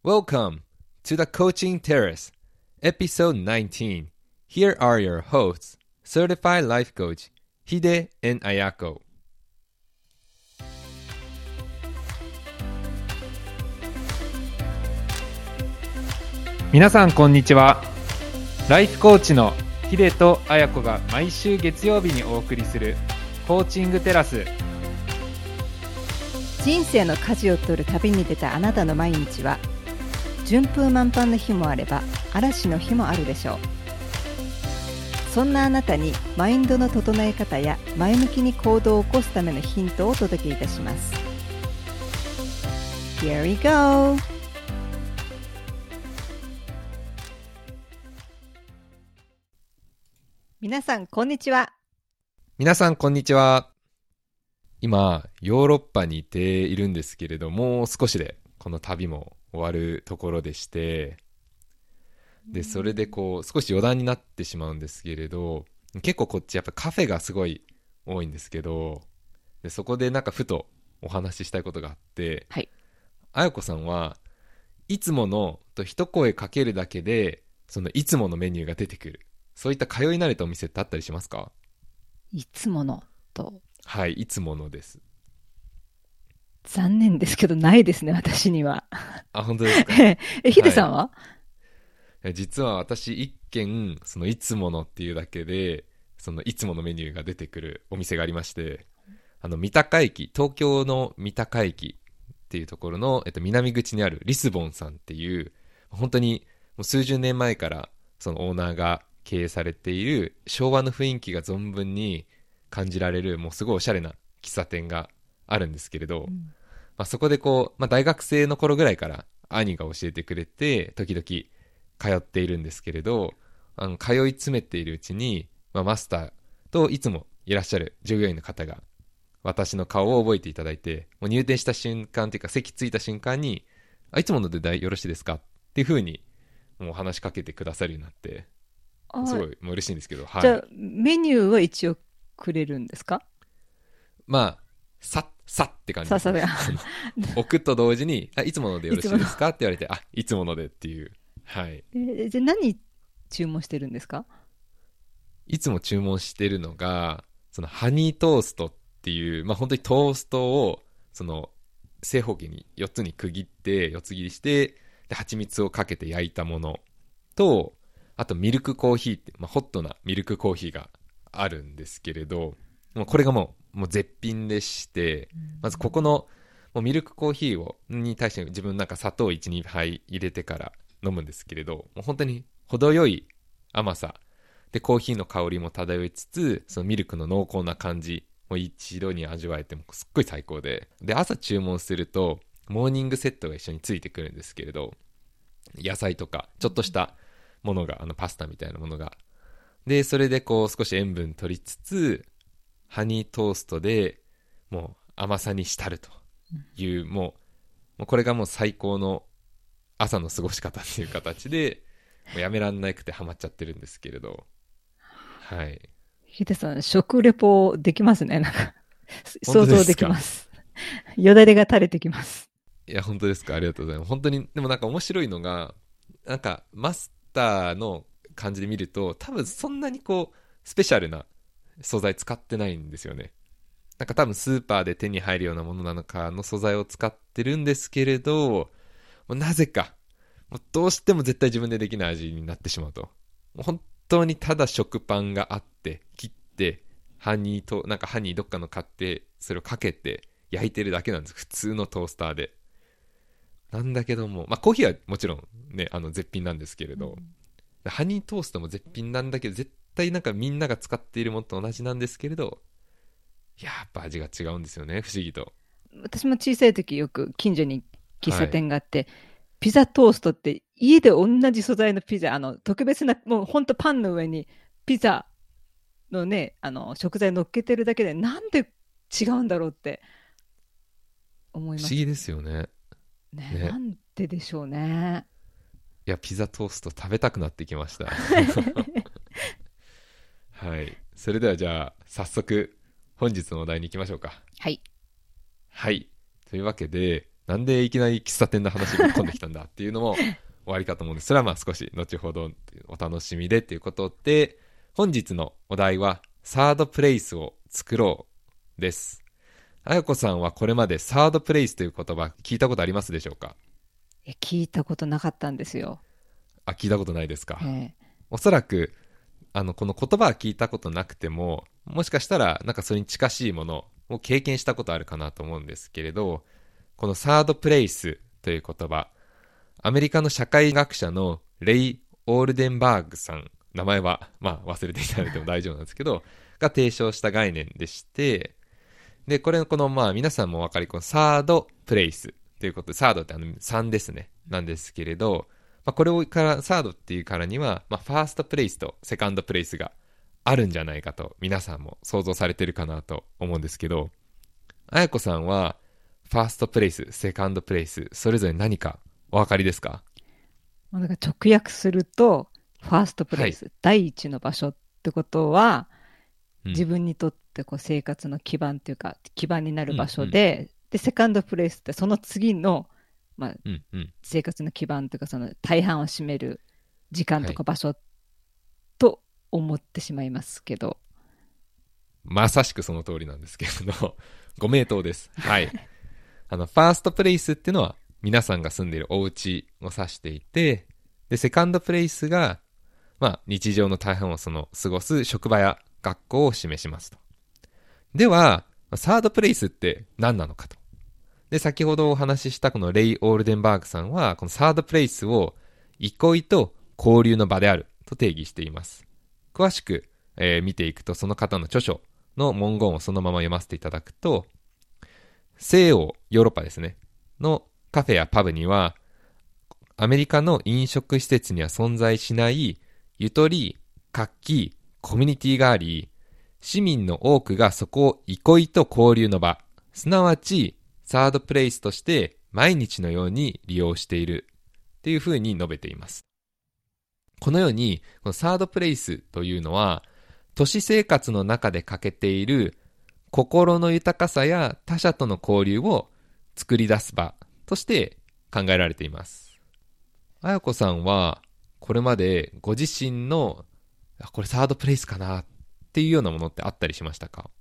Welcome to the Coaching Terrace, episode 19. Here are your hosts, Certified Life Coach, Hide and Ayako. 皆さんこんにちは。ライフコーチのヒデとアヤコが毎週月曜日にお送りするコーチングテラス。 人生の舵を取る旅に出たあなたの毎日は順風満帆の日もあれば嵐の日もあるでしょう。そんなあなたにマインドの整え方や前向きに行動を起こすためのヒントをお届けいたします。 Here we go!皆さんこんにちは。 皆さんこんにちは。今ヨーロッパにいているんですけれども、少しでこの旅も終わるところでして、でそれでこう少し余談になってしまうんですけれど、結構こっちやっぱカフェがすごい多いんですけど、でそこでなんかふとお話ししたいことがあって、 はい、 あやこさんはいつものと一声かけるだけでそのいつものメニューが出てくる、そういった通い慣れたお店ってあったりしますか？ いつものと、 はい、いつものです。 残念ですけどないですね、私には。 あ、本当ですか？ ヒデさんは？ 実は私一軒そのいつものっていうだけでそのいつものメニューが出てくるお店がありまして、三鷹駅、東京の三鷹駅っていうところの、南口にあるリスボンさんっていう本当にもう数十年前からそのオーナーが経営されている昭和の雰囲気が存分に感じられるもうすごいおしゃれな喫茶店があるんですけれど、そこでこう、大学生の頃ぐらいから兄が教えてくれて時々通っているんですけれど、通い詰めているうちに、マスターといつもいらっしゃる従業員の方が私の顔を覚えていただいて、もう入店した瞬間というか席着いた瞬間にいつものでよろしいですかっていう風にもう話しかけてくださるようになって、すごいもう嬉しいんですけど、はい、 じゃあメニューは一応くれるんですか？ さって感じですね。置くと同時にいつものでよろしいですかって言われて、いつものでっていう、はい。 じゃあ何注文してるんですか？ いつも注文してるのがそのハニートーストっていう、本当にトーストをその正方形に4つに区切って4つ切りして、で蜂蜜をかけて焼いたものと、あとミルクコーヒーって、ホットなミルクコーヒーがあるんですけれど、もうこれがもう絶品でして、まずここのもうミルクコーヒーに対して自分なんか砂糖 1,2 杯入れてから飲むんですけれど、もう本当に程よい甘さでコーヒーの香りも漂いつつ、そのミルクの濃厚な感じも一度に味わえて、もすっごい最高で、朝注文するとモーニングセットが一緒についてくるんですけれど、野菜とかちょっとしたものがパスタみたいなものがで、それでこう少し塩分取りつつハニートーストでもう甘さに浸るという、もうこれがもう最高の朝の過ごし方っていう形でもうやめらんなくてハマっちゃってるんですけれど、はい。 ヒデさん食レポできますね。なんか想像できます。よだれが垂れてきます。 いや本当ですか？ありがとうございます。本当にでもなんか面白いのが、なんかマスターの感じで見ると多分そんなにこうスペシャルな素材使ってないんですよね。なんか多分スーパーで手に入るようなものなのかの素材を使ってるんですけれど、もうなぜかもうどうしても絶対自分でできない味になってしまうと、もう本当にただ食パンがあって切ってハニーどっかの買ってそれをかけて焼いてるだけなんです。普通のトースターでなんだけども、コーヒーはもちろんね絶品なんですけれど、ハニートーストも絶品なんだけど絶対なんかみんなが使っているものと同じなんですけれど、やっぱ味が違うんですよね、不思議と。 私も小さい時よく近所に喫茶店があって、ピザトーストって家で同じ素材のピザ、特別なもうほんとパンの上にピザのね食材乗っけてるだけでなんで違うんだろうって思います。 不思議ですよね。 なんででしょうね。 いやピザトースト食べたくなってきましたはい、それではじゃあ早速本日のお題に行きましょうか。 はいはい、というわけでなんでいきなり喫茶店の話ぶっ込んできたんだっていうのも終わりかと思うんです。それはまあ少し後ほどお楽しみでっていうことで、本日のお題はサードプレイスを作ろうです。あやこさんはこれまでサードプレイスという言葉聞いたことありますでしょうか？ 聞いたことなかったんですよ。 聞いたことないですか？ えおそらくこの言葉は聞いたことなくても、もしかしたらなんかそれに近しいものを経験したことあるかなと思うんですけれど、このサードプレイスという言葉、アメリカの社会学者のレイ・オールデンバーグさん、名前はまあ忘れていただいても大丈夫なんですけど、が提唱した概念でして、で、このまあ皆さんもお分かり、このサードプレイスということで、サードって3ですね、なんですけれど、まあ、これをからサードっていうからには、まあ、ファーストプレイスとセカンドプレイスがあるんじゃないかと皆さんも想像されてるかなと思うんですけど、あやこさんはファーストプレイス、セカンドプレイス、それぞれ何かお分かりですか？ なんか直訳すると、ファーストプレイス、 はい、 第一の場所ってことは、自うん、 分にとってこう生活の基盤というか、基盤になる場所うんで、で、セカンドプレイスってその次の、まあ、 うんうん、 生活の基盤というか、その大半を占める時間はい、 とか場所と思ってしまいますけど。 まさしくその通りなんですけれどご名答です。はい。ファーストプレイスっていうのは皆さんが住んでいるお家を指していて、で、セカンドプレイスが、まあ、日常の大半を過ごす職場や学校を示しますと。では、サードプレイスって何なのかと。で、先ほどお話ししたこのレイ・オールデンバーグさんは、このサードプレイスを憩いと交流の場であると定義しています。詳しく、見ていくと、その方の著書の文言をそのまま読ませていただくと、西欧、ヨーロッパですね、のカフェやパブには、アメリカの飲食施設には存在しないゆとり、活気、コミュニティがあり、市民の多くがそこを憩いと交流の場、すなわちサードプレイスとして毎日のように利用しているっていうふうに述べています。このように、このサードプレイスというのは、都市生活の中で欠けている心の豊かさや他者との交流を作り出す場として考えられています。あやこさんは、これまでご自身の、これサードプレイスかなっていうようなものってあったりしましたか？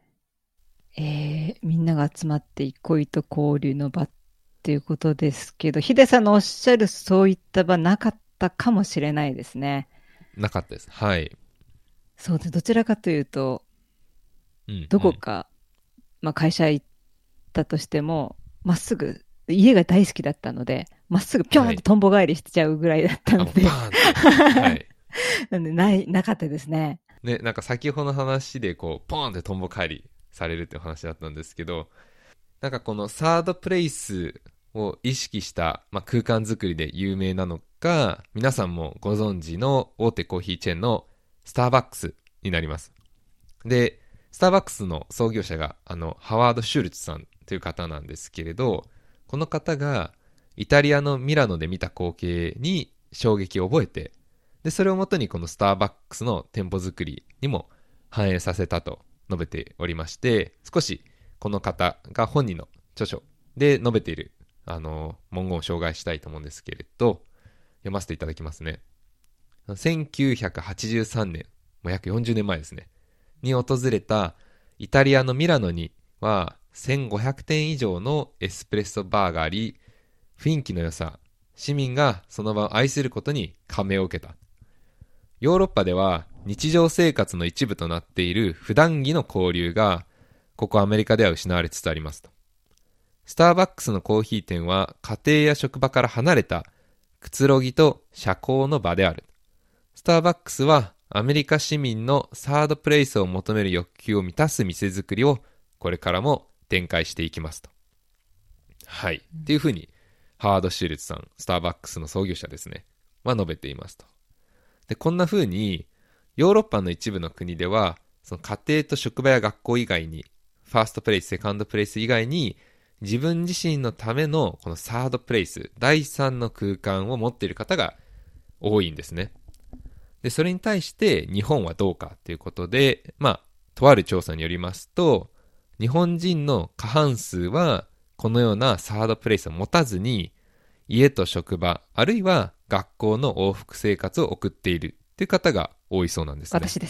みんなが集まって憩いと交流の場っていうことですけど、ヒデさんのおっしゃるそういった場なかったかもしれないですね。 なかったです。はい。 そうで、どちらかというと、 うんうん。 どこか、まあ、会社行ったとしても、まっすぐ、家が大好きだったので、まっすぐぴょんはい。 ととんぼ返りしちゃうぐらいだったもうので、 バーンと。はい。 なんでなかったですね。 ね、なんか先ほどの話でこう、ポーンってトンボ返りされるってお話だったんですけど、なんかこのサードプレイスを意識した、まあ、空間作りで有名なのが、皆さんもご存知の大手コーヒーチェーンのスターバックスになります。で、スターバックスの創業者がハワード・シュルツさんという方なんですけれど、この方がイタリアのミラノで見た光景に衝撃を覚えて、で、それをもとにこのスターバックスの店舗作りにも反映させたと述べておりまして、少しこの方が本人の著書で述べている、文言を紹介したいと思うんですけれど、読ませていただきますね。1983年、もう約40年前ですね、に訪れたイタリアのミラノには1500店以上のエスプレッソバーがあり、雰囲気の良さ、市民がその場を愛することに感銘を受けた。ヨーロッパでは日常生活の一部となっている普段着の交流が、ここアメリカでは失われつつありますと。スターバックスのコーヒー店は家庭や職場から離れたくつろぎと社交の場である。スターバックスはアメリカ市民のサードプレイスを求める欲求を満たす店作りをこれからも展開していきますと。はい。っていうふうにハワード・シュルツさん、スターバックスの創業者ですね、は述べていますと。で、こんな風に、ヨーロッパの一部の国では、その家庭と職場や学校以外に、ファーストプレイス、セカンドプレイス以外に、自分自身のためのこのサードプレイス、第三の空間を持っている方が多いんですね。で、それに対して日本はどうかということで、まあ、とある調査によりますと、日本人の過半数はこのようなサードプレイスを持たずに、家と職場、あるいは学校の往復生活を送っているという方が多いそうなんですね。 私です。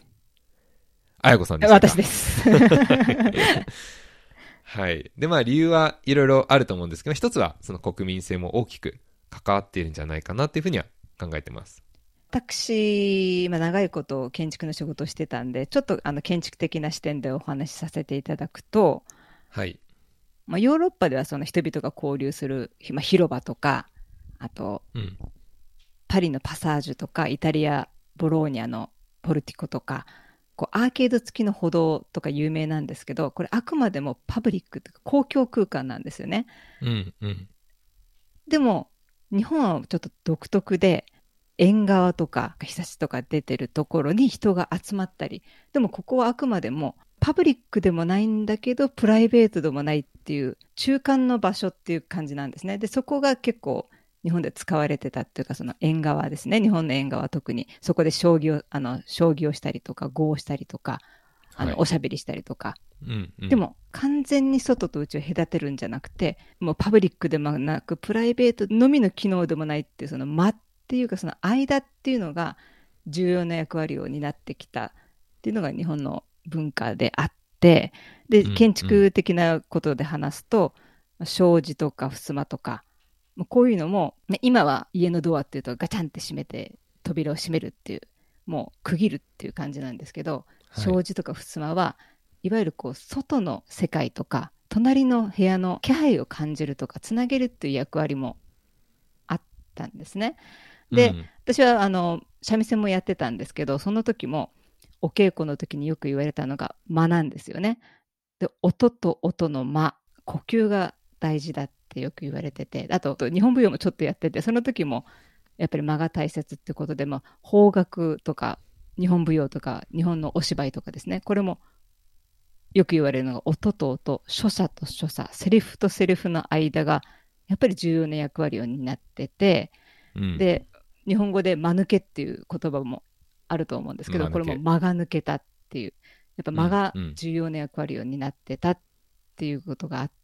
あやこさんでしたか？ 私です。 はい。で、まあ理由はいろいろあると思うんですけど、一つはその国民性も大きく関わっているんじゃないかなっていうふうには考えてます。 私、長いこと建築の仕事をしてたんで、ちょっと建築的な視点でお話しさせていただくと、 はい。 ヨーロッパではその人々が交流する、広場とか、あと、 うん。 パリのパサージュとか、イタリア、ボローニャのポルティコとか、アーケード付きの歩道とか有名なんですけど、これあくまでもパブリックというか公共空間なんですよね。 うんうん。 でも、日本はちょっと独特で、縁側とか、ひさしとか出てるところに人が集まったり、でもここはあくまでもパブリックでもないんだけど、プライベートでもないっていう、中間の場所っていう感じなんですね。で、そこが結構、日本で使われてたっていうか、その縁側ですね。日本の縁側は特に、そこで将棋をしたりとか、碁をしたりとか、 はい。 おしゃべりしたりとか。 うんうん。 でも、完全に外と内を隔てるんじゃなくて、もうパブリックでもなく、プライベートのみの機能でもないっていう、その間っていうか、その間っていうのが重要な役割を担ってきたっていうのが日本の文化であって、で、建築的なことで話すと、障子とか襖とか、こういうのも、今は家のドアっていうとガチャンって閉めて、扉を閉めるっていう、もう区切るっていう感じなんですけど、 はい。 障子とか襖はいわゆる外の世界とか隣の部屋の気配を感じるとかつなげるっていう役割もあったんですね。で、私は三味線もやってたんですけど、その時もお稽古の時によく言われたのが間なんですよね。で、音と音の間、呼吸が大事だってよく言われてて、あと日本舞踊もちょっとやってて、その時もやっぱり間が大切ってことで、邦楽とか日本舞踊とか日本のお芝居とかですね、これもよく言われるのが音と音、所作と所作、セリフとセリフの間がやっぱり重要な役割を担ってて、で、日本語で間抜けっていう言葉もあると思うんですけど、これも間が抜けたっていう、やっぱ間が重要な役割を担ってたっていうことがあって、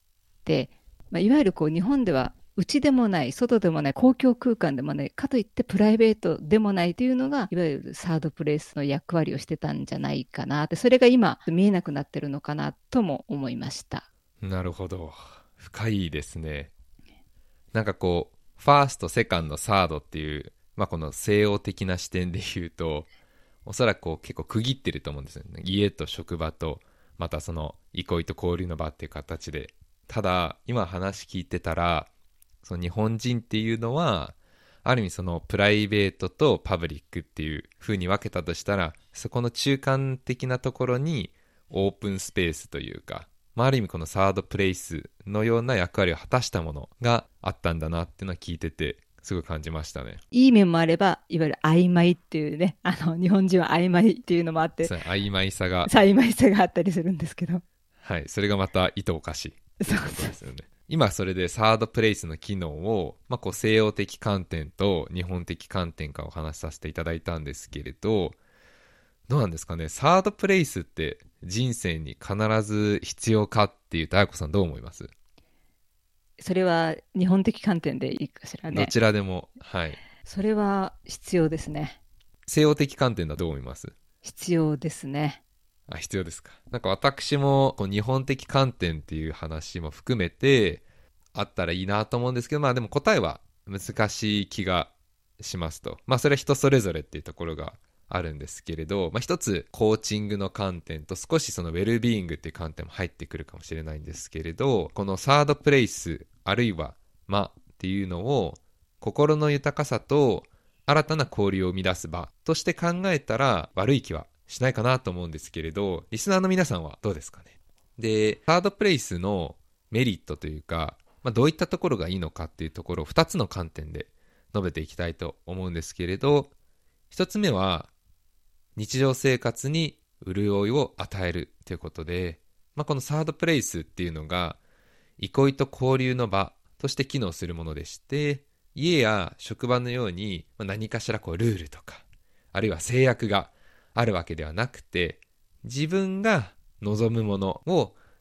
いわゆる日本では内でもない外でもない公共空間でもないかといってプライベートでもないというのがいわゆるサードプレイスの役割をしてたんじゃないかなって、それが今見えなくなってるのかなとも思いました。 なるほど。深いですね。なんかファーストセカンドサードっていう、この西洋的な視点で言うとおそらく結構区切ってると思うんですよね。家と職場とまたその憩いと交流の場っていう形で。ただ今話聞いてたら、その日本人っていうのはある意味そのプライベートとパブリックっていう風に分けたとしたら、そこの中間的なところにオープンスペースというか、ある意味このサードプレイスのような役割を果たしたものがあったんだなっていうのは聞いててすごい感じましたね。 いい面もあれば、いわゆる曖昧っていうね、日本人は曖昧っていうのもあって、 曖昧さがあったりするんですけど、 はい、それがまたいとおかしいそうですよね。今それでサードプレイスの機能を、西洋的観点と日本的観点からお話しさせていただいたんですけれど、どうなんですかね。サードプレイスって人生に必ず必要かっていうと、あやこさんどう思います？ それは日本的観点でいいかしらね。 どちらでも。はい。 それは必要ですね。 西洋的観点だとどう思います？ 必要ですね。 必要ですか。なんか私も日本的観点っていう話も含めてあったらいいなと思うんですけど、でも答えは難しい気がしますと。それは人それぞれっていうところがあるんですけれど、一つコーチングの観点と少しそのウェルビーイングっていう観点も入ってくるかもしれないんですけれど、このサードプレイスあるいは間っていうのを心の豊かさと新たな交流を生み出す場として考えたら悪い気はしないかなと思うんですけれど、リスナーの皆さんはどうですかね。で、サードプレイスのメリットというか、どういったところがいいのかっていうところを2つの観点で述べていきたいと思うんですけれど、1つ目は日常生活に潤いを与えるということで、このサードプレイスっていうのが憩いと交流の場として機能するものでして、家や職場のように何かしらルールとかあるいは制約があるわけではなくて、自分が望むものを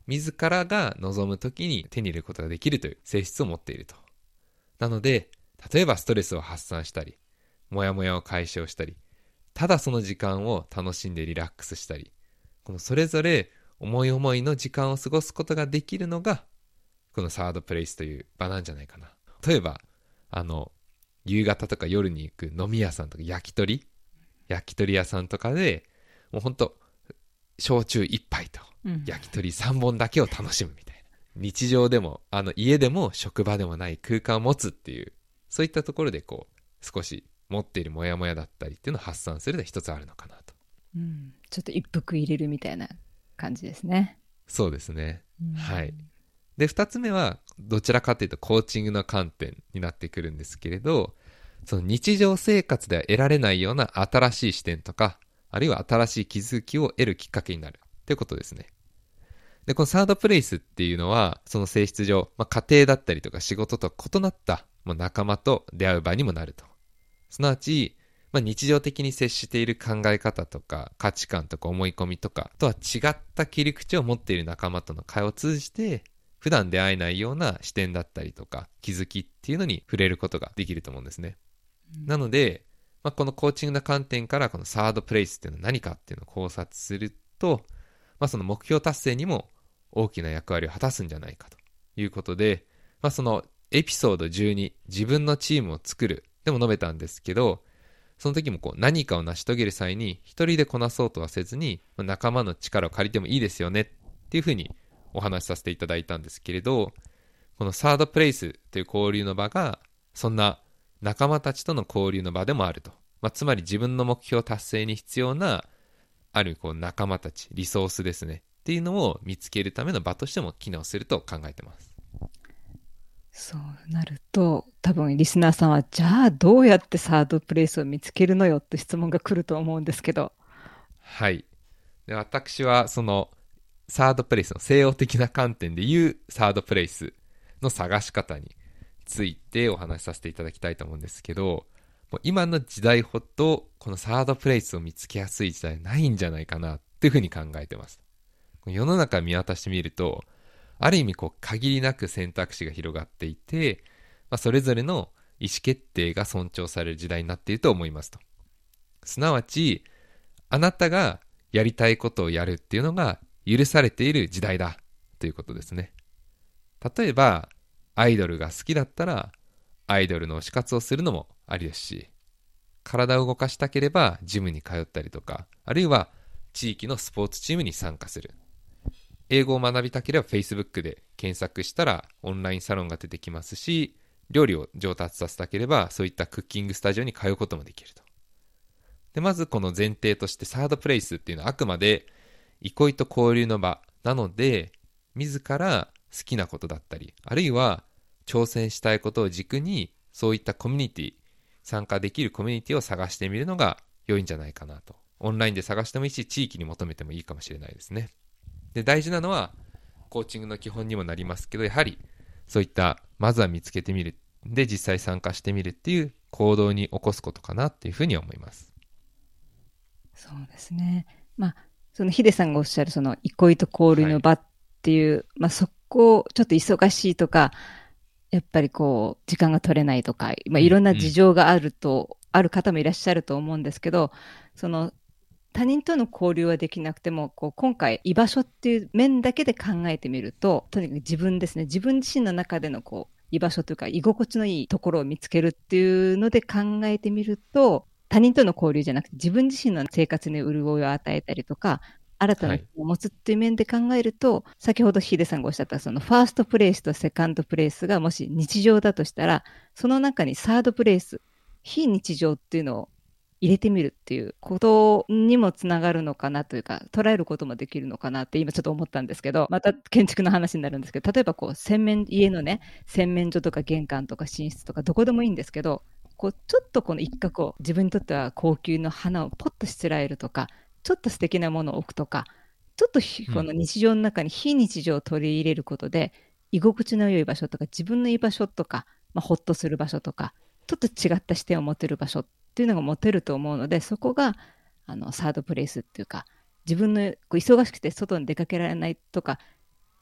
自らが望む時に手に入れることができるという性質を持っていると。なので、例えばストレスを発散したり、モヤモヤを解消したり、ただその時間を楽しんでリラックスしたり、このそれぞれ思い思いの時間を過ごすことができるのが、このサードプレイスという場なんじゃないかな。例えば、夕方とか夜に行く飲み屋さんとか焼き鳥屋さんとかで、もうほんと、焼酎一杯と焼き鳥3本だけを楽しむみたいな。日常でも、家でも職場でもない空間を持つっていう、そういったところでこう、少し持っているモヤモヤだったりっていうのを発散するのが一つあるのかなと。 ちょっと一服入れるみたいな感じですね。 そうですね。はい。で、二つ目は、どちらかというとコーチングの観点になってくるんですけれど、その日常生活では得られないような新しい視点とか、あるいは新しい気づきを得るきっかけになるということですね。で、このサードプレイスっていうのは、その性質上、家庭だったりとか仕事と異なった仲間と出会う場にもなると。すなわち、日常的に接している考え方とか価値観とか思い込みとかとは違った切り口を持っている仲間との会を通じて、普段出会えないような視点だったりとか気づきっていうのに触れることができると思うんですね。なので、このコーチングの観点からこのサードプレイスっていうのは何かっていうのを考察すると、その目標達成にも大きな役割を果たすんじゃないかということで、そのエピソード12、自分のチームを作るでも述べたんですけど、その時も何かを成し遂げる際に一人でこなそうとはせずに、仲間の力を借りてもいいですよねっていうふうにお話しさせていただいたんですけれど、このサードプレイスという交流の場がそんな仲間たちとの交流の場でもあると。つまり自分の目標達成に必要なある仲間たち、リソースですねっていうのを見つけるための場としても機能すると考えてます。 そうなると、多分リスナーさんは、じゃあどうやってサードプレイスを見つけるのよって質問が来ると思うんですけど。 はい。で、私はそのサードプレイスの西洋的な観点でいうサードプレイスの探し方についてお話しさせていただきたいと思うんですけど、もう今の時代ほどこのサードプレイスを見つけやすい時代ないんじゃないかなっていうふうに考えてます。世の中見渡してみると、ある意味限りなく選択肢が広がっていて、それぞれの意思決定が尊重される時代になっていると思いますと。すなわち、あなたがやりたいことをやるっていうのが許されている時代だということですね。例えば、アイドルが好きだったら、アイドルの推し活をするのもありですし、体を動かしたければジムに通ったりとか、あるいは地域のスポーツチームに参加する。英語を学びたければ Facebook で検索したらオンラインサロンが出てきますし、料理を上達させたければそういったクッキングスタジオに通うこともできると。で、まずこの前提としてサードプレイスっていうのはあくまで憩いと交流の場なので、自ら好きなことだったり、あるいは挑戦したいことを軸にそういったコミュニティ、参加できるコミュニティを探してみるのが良いんじゃないかなと。オンラインで探してもいいし、地域に求めてもいいかもしれないですね。で、大事なのはコーチングの基本にもなりますけど、やはりそういったまずは見つけてみる、で実際参加してみるっていう行動に起こすことかなっていうふうに思います。 そうですね。そのヒデさんがおっしゃるその憩いと交流の場っていう、そこちょっと忙しいとか、やっぱり時間が取れないとか、いろんな事情がある方もいらっしゃると思うんですけど、その他人との交流はできなくても、今回居場所っていう面だけで考えてみると、とにかく自分ですね、自分自身の中での居場所というか居心地のいいところを見つけるっていうので考えてみると、他人との交流じゃなくて自分自身の生活に潤いを与えたりとか、新たな人を持つっていう面で考えると、先ほどヒデさんがおっしゃったそのファーストプレイスとセカンドプレイスがもし日常だとしたら、その中にサードプレイス、非日常っていうのを入れてみるっていうことにもつながるのかなというか、捉えることもできるのかなって今ちょっと思ったんですけど、また建築の話になるんですけど、例えば家のね、洗面所とか玄関とか寝室とかどこでもいいんですけど、ちょっとこの一角を自分にとっては高級の花をポッとしつらえるとか、ちょっと素敵なものを置くとか、ちょっとこの日常の中に非日常を取り入れることで、居心地の良い場所とか自分の居場所とか、ほっとする場所とか、ちょっと違った視点を持てる場所っていうのが持てると思うので、そこがサードプレイスっていうか、自分の忙しくて外に出かけられないとか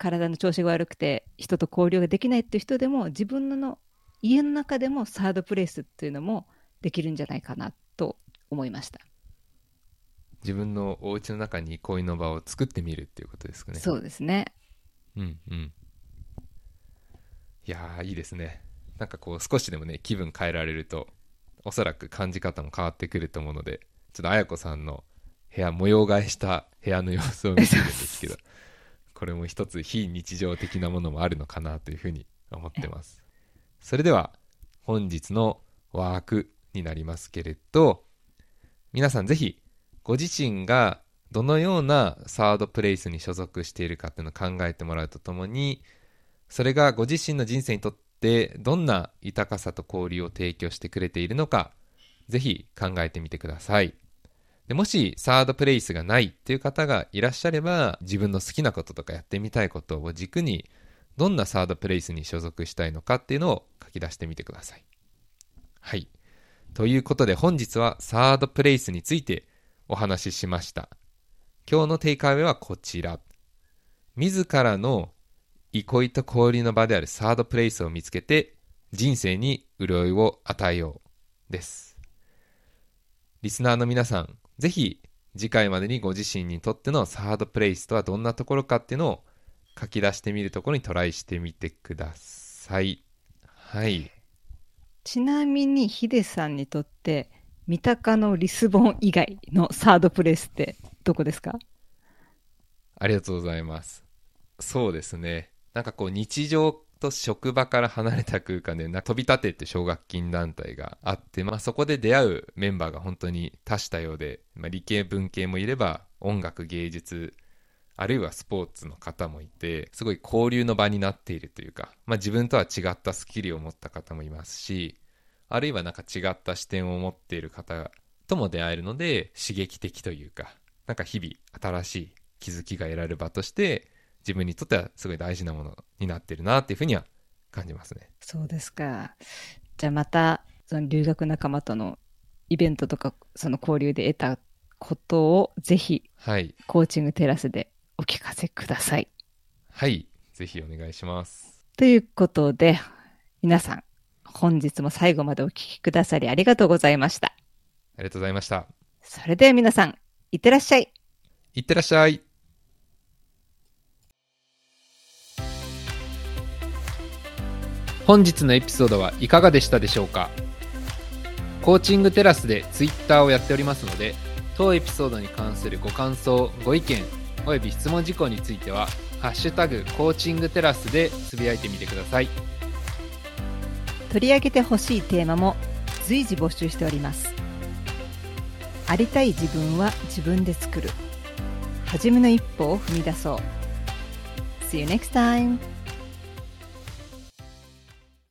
体の調子が悪くて人と交流ができないっていう人でも、自分の家の中でもサードプレイスっていうのもできるんじゃないかなと思いました。 自分のお家の中に憩いの場を作ってみるっていうことですかね。 そうですね。 うんうん。いやー、いいですね。なんかこう少しでもね気分変えられると、おそらく感じ方も変わってくると思うので、ちょっと彩子さんの部屋、模様替えした部屋の様子を見てるんですけどこれも一つ非日常的なものもあるのかなというふうに思ってます。それでは本日のワークになりますけれど、皆さんぜひご自身がどのようなサードプレイスに所属しているかっていうのを考えてもらうとともに、それがご自身の人生にとってどんな豊かさと交流を提供してくれているのか、ぜひ考えてみてください。でもしサードプレイスがないっていう方がいらっしゃれば、自分の好きなこととかやってみたいことを軸にどんなサードプレイスに所属したいのかっていうのを書き出してみてください。はい。ということで本日はサードプレイスについてお話ししました。今日のテイクアウェイはこちら。自らの憩いと交流の場であるサードプレイスを見つけて人生に潤いを与えようです。リスナーの皆さん、ぜひ次回までにご自身にとってのサードプレイスとはどんなところかっていうのを書き出してみるところにトライしてみてください。はい。 ちなみにヒデさんにとって三鷹のリスボン以外のサードプレイスってどこですか？ ありがとうございます。そうですね。なんかこう日常と職場から離れた空間で飛び立てって奨学金団体があって、そこで出会うメンバーが本当に多種多様で、理系文系もいれば音楽芸術あるいはスポーツの方もいて、すごい交流の場になっているというか、自分とは違ったスキルを持った方もいますし、あるいはなんか違った視点を持っている方とも出会えるので刺激的というか、なんか日々新しい気づきが得られる場として自分にとってはすごい大事なものになってるなっていうふうには感じますね。 そうですか。じゃあまたその留学仲間とのイベントとかその交流で得たことをぜひ、 はい、 コーチングテラスでお聞かせください。 はい、ぜひお願いします。 ということで皆さん本日も最後までお聞きくださりありがとうございました。 ありがとうございました。 それでは皆さんいってらっしゃい。 いってらっしゃい。 本日のエピソードはいかがでしたでしょうか。コーチングテラスでツイッターをやっておりますので、当エピソードに関するご感想、ご意見および質問事項についてはハッシュタグコーチングテラスでつぶやいてみてください。 取り上げてほしいテーマも随時募集しております。ありたい自分は自分で作る。初めの一歩を踏み出そう。See you next time!